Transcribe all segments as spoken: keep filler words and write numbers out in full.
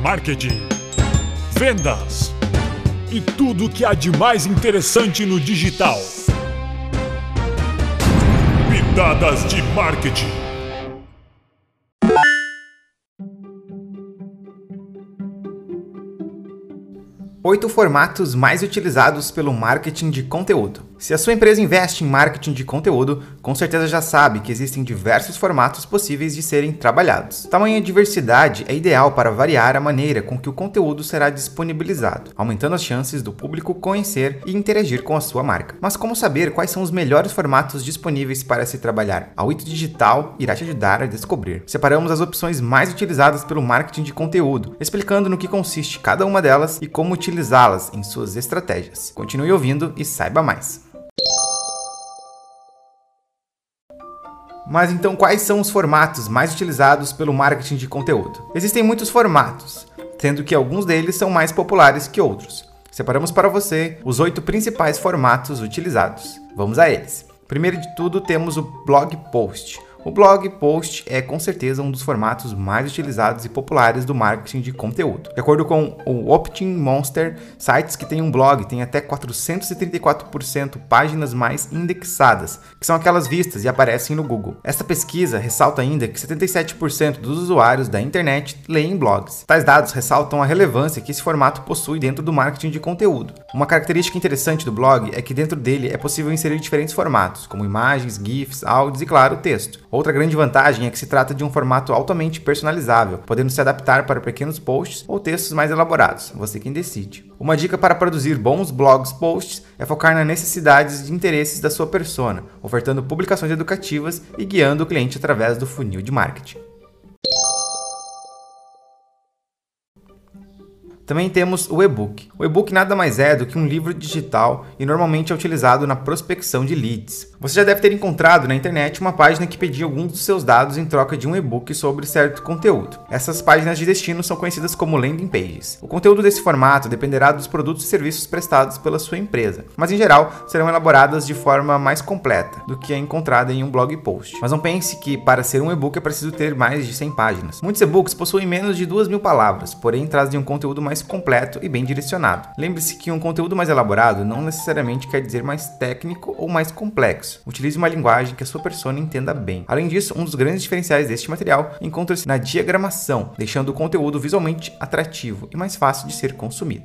marketing, vendas e tudo o que há de mais interessante no digital. Pitadas de Marketing. Oito formatos mais utilizados pelo marketing de conteúdo. Se a sua empresa investe em marketing de conteúdo, com certeza já sabe que existem diversos formatos possíveis de serem trabalhados. Tamanha diversidade é ideal para variar a maneira com que o conteúdo será disponibilizado, aumentando as chances do público conhecer e interagir com a sua marca. Mas como saber quais são os melhores formatos disponíveis para se trabalhar? A oito Digital irá te ajudar a descobrir. Separamos as opções mais utilizadas pelo marketing de conteúdo, explicando no que consiste cada uma delas e como utilizá-las em suas estratégias. Continue ouvindo e saiba mais. Mas então, quais são os formatos mais utilizados pelo marketing de conteúdo? Existem muitos formatos, sendo que alguns deles são mais populares que outros. Separamos para você os oito principais formatos utilizados. Vamos a eles. Primeiro de tudo, temos o blog post. O blog post é com certeza um dos formatos mais utilizados e populares do marketing de conteúdo. De acordo com o Optinmonster, sites que têm um blog têm até quatrocentos e trinta e quatro por cento páginas mais indexadas, que são aquelas vistas e aparecem no Google. Essa pesquisa ressalta ainda que setenta e sete por cento dos usuários da internet leem blogs. Tais dados ressaltam a relevância que esse formato possui dentro do marketing de conteúdo. Uma característica interessante do blog é que dentro dele é possível inserir diferentes formatos, como imagens, GIFs, áudios e, claro, texto. Outra grande vantagem é que se trata de um formato altamente personalizável, podendo se adaptar para pequenos posts ou textos mais elaborados, você quem decide. Uma dica para produzir bons blogs posts é focar nas necessidades e interesses da sua persona, ofertando publicações educativas e guiando o cliente através do funil de marketing. Também temos o e-book. O e-book nada mais é do que um livro digital e normalmente é utilizado na prospecção de leads. Você já deve ter encontrado na internet uma página que pedia alguns dos seus dados em troca de um e-book sobre certo conteúdo. Essas páginas de destino são conhecidas como landing pages. O conteúdo desse formato dependerá dos produtos e serviços prestados pela sua empresa, mas em geral serão elaboradas de forma mais completa do que é encontrada em um blog post. Mas não pense que para ser um e-book é preciso ter mais de cem páginas. Muitos e-books possuem menos de duas mil palavras, porém trazem um conteúdo mais completo e bem direcionado. Lembre-se que um conteúdo mais elaborado não necessariamente quer dizer mais técnico ou mais complexo. Utilize uma linguagem que a sua persona entenda bem. Além disso, um dos grandes diferenciais deste material encontra-se na diagramação, deixando o conteúdo visualmente atrativo e mais fácil de ser consumido.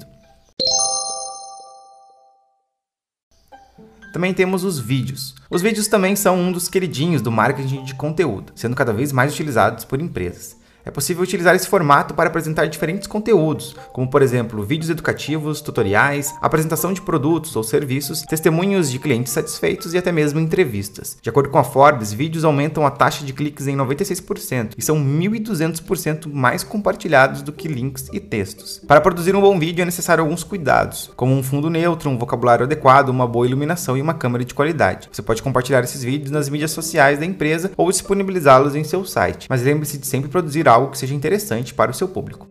Também temos os vídeos. Os vídeos também são um dos queridinhos do marketing de conteúdo, sendo cada vez mais utilizados por empresas. É possível utilizar esse formato para apresentar diferentes conteúdos, como por exemplo, vídeos educativos, tutoriais, apresentação de produtos ou serviços, testemunhos de clientes satisfeitos e até mesmo entrevistas. De acordo com a Forbes, vídeos aumentam a taxa de cliques em noventa e seis por cento e são mil e duzentos por cento mais compartilhados do que links e textos. Para produzir um bom vídeo é necessário alguns cuidados, como um fundo neutro, um vocabulário adequado, uma boa iluminação e uma câmera de qualidade. Você pode compartilhar esses vídeos nas mídias sociais da empresa ou disponibilizá-los em seu site, mas lembre-se de sempre produzir algo algo que seja interessante para o seu público.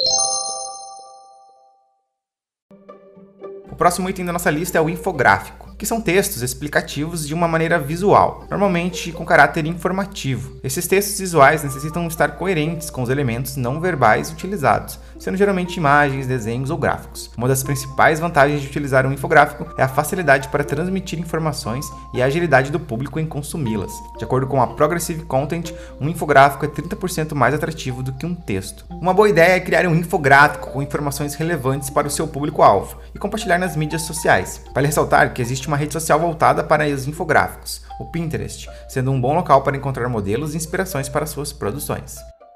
O próximo item da nossa lista é o infográfico, que são textos explicativos de uma maneira visual, normalmente com caráter informativo. Esses textos visuais necessitam estar coerentes com os elementos não verbais utilizados, sendo geralmente imagens, desenhos ou gráficos. Uma das principais vantagens de utilizar um infográfico é a facilidade para transmitir informações e a agilidade do público em consumi-las. De acordo com a Progressive Content, um infográfico é trinta por cento mais atrativo do que um texto. Uma boa ideia é criar um infográfico com informações relevantes para o seu público-alvo e compartilhar nas mídias sociais. Vale ressaltar que existe uma rede social voltada para os infográficos, o Pinterest, sendo um bom local para encontrar modelos e inspirações para suas produções.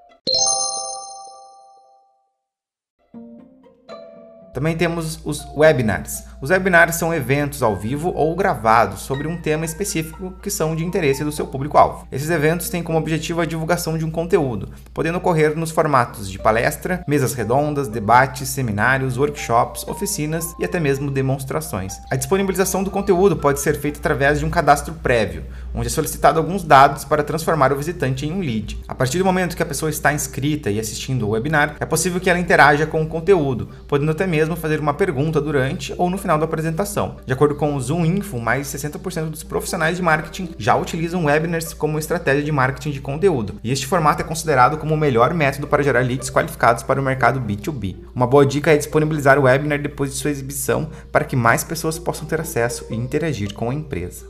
Também temos os webinars. Os webinars são eventos ao vivo ou gravados sobre um tema específico que são de interesse do seu público-alvo. Esses eventos têm como objetivo a divulgação de um conteúdo, podendo ocorrer nos formatos de palestra, mesas redondas, debates, seminários, workshops, oficinas e até mesmo demonstrações. A disponibilização do conteúdo pode ser feita através de um cadastro prévio, onde é solicitado alguns dados para transformar o visitante em um lead. A partir do momento que a pessoa está inscrita e assistindo o webinar, é possível que ela interaja com o conteúdo, podendo até mesmo fazer uma pergunta durante ou no final da apresentação. De acordo com o Zoom Info, mais de sessenta por cento dos profissionais de marketing já utilizam webinars como estratégia de marketing de conteúdo, e este formato é considerado como o melhor método para gerar leads qualificados para o mercado B dois B. Uma boa dica é disponibilizar o webinar depois de sua exibição para que mais pessoas possam ter acesso e interagir com a empresa.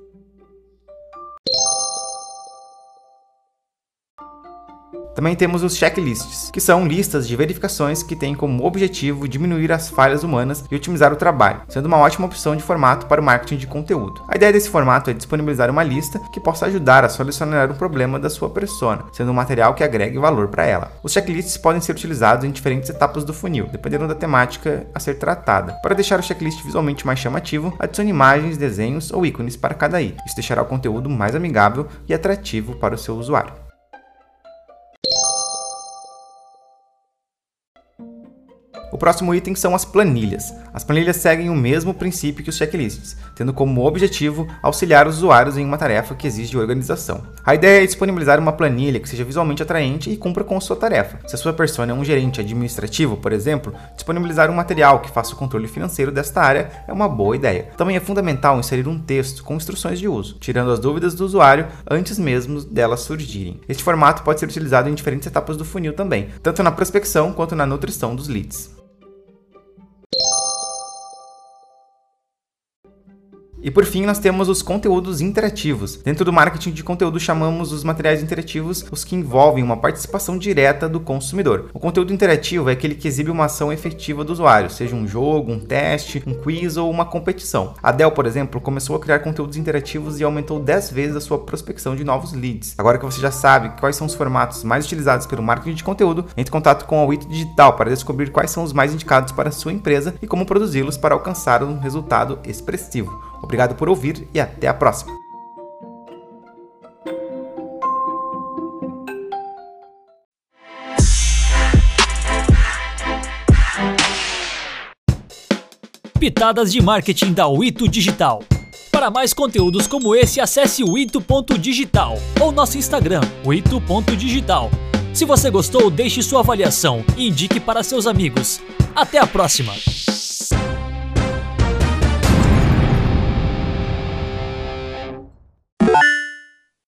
Também temos os checklists, que são listas de verificações que têm como objetivo diminuir as falhas humanas e otimizar o trabalho, sendo uma ótima opção de formato para o marketing de conteúdo. A ideia desse formato é disponibilizar uma lista que possa ajudar a solucionar um problema da sua persona, sendo um material que agregue valor para ela. Os checklists podem ser utilizados em diferentes etapas do funil, dependendo da temática a ser tratada. Para deixar o checklist visualmente mais chamativo, adicione imagens, desenhos ou ícones para cada item. Isso deixará o conteúdo mais amigável e atrativo para o seu usuário. O próximo item são as planilhas. As planilhas seguem o mesmo princípio que os checklists, tendo como objetivo auxiliar os usuários em uma tarefa que exige organização. A ideia é disponibilizar uma planilha que seja visualmente atraente e cumpra com a sua tarefa. Se a sua persona é um gerente administrativo, por exemplo, disponibilizar um material que faça o controle financeiro desta área é uma boa ideia. Também é fundamental inserir um texto com instruções de uso, tirando as dúvidas do usuário antes mesmo delas surgirem. Este formato pode ser utilizado em diferentes etapas do funil também, tanto na prospecção quanto na nutrição dos leads. E por fim, nós temos os conteúdos interativos. Dentro do marketing de conteúdo, chamamos os materiais interativos os que envolvem uma participação direta do consumidor. O conteúdo interativo é aquele que exibe uma ação efetiva do usuário, seja um jogo, um teste, um quiz ou uma competição. A Dell, por exemplo, começou a criar conteúdos interativos e aumentou dez vezes a sua prospecção de novos leads. Agora que você já sabe quais são os formatos mais utilizados pelo marketing de conteúdo, entre em contato com a Wito Digital para descobrir quais são os mais indicados para a sua empresa e como produzi-los para alcançar um resultado expressivo. Obrigado por ouvir e até a próxima! Pitadas de marketing da Wito Digital. Para mais conteúdos como esse, acesse wito ponto digital ou nosso Instagram, wito ponto digital. Se você gostou, deixe sua avaliação e indique para seus amigos. Até a próxima!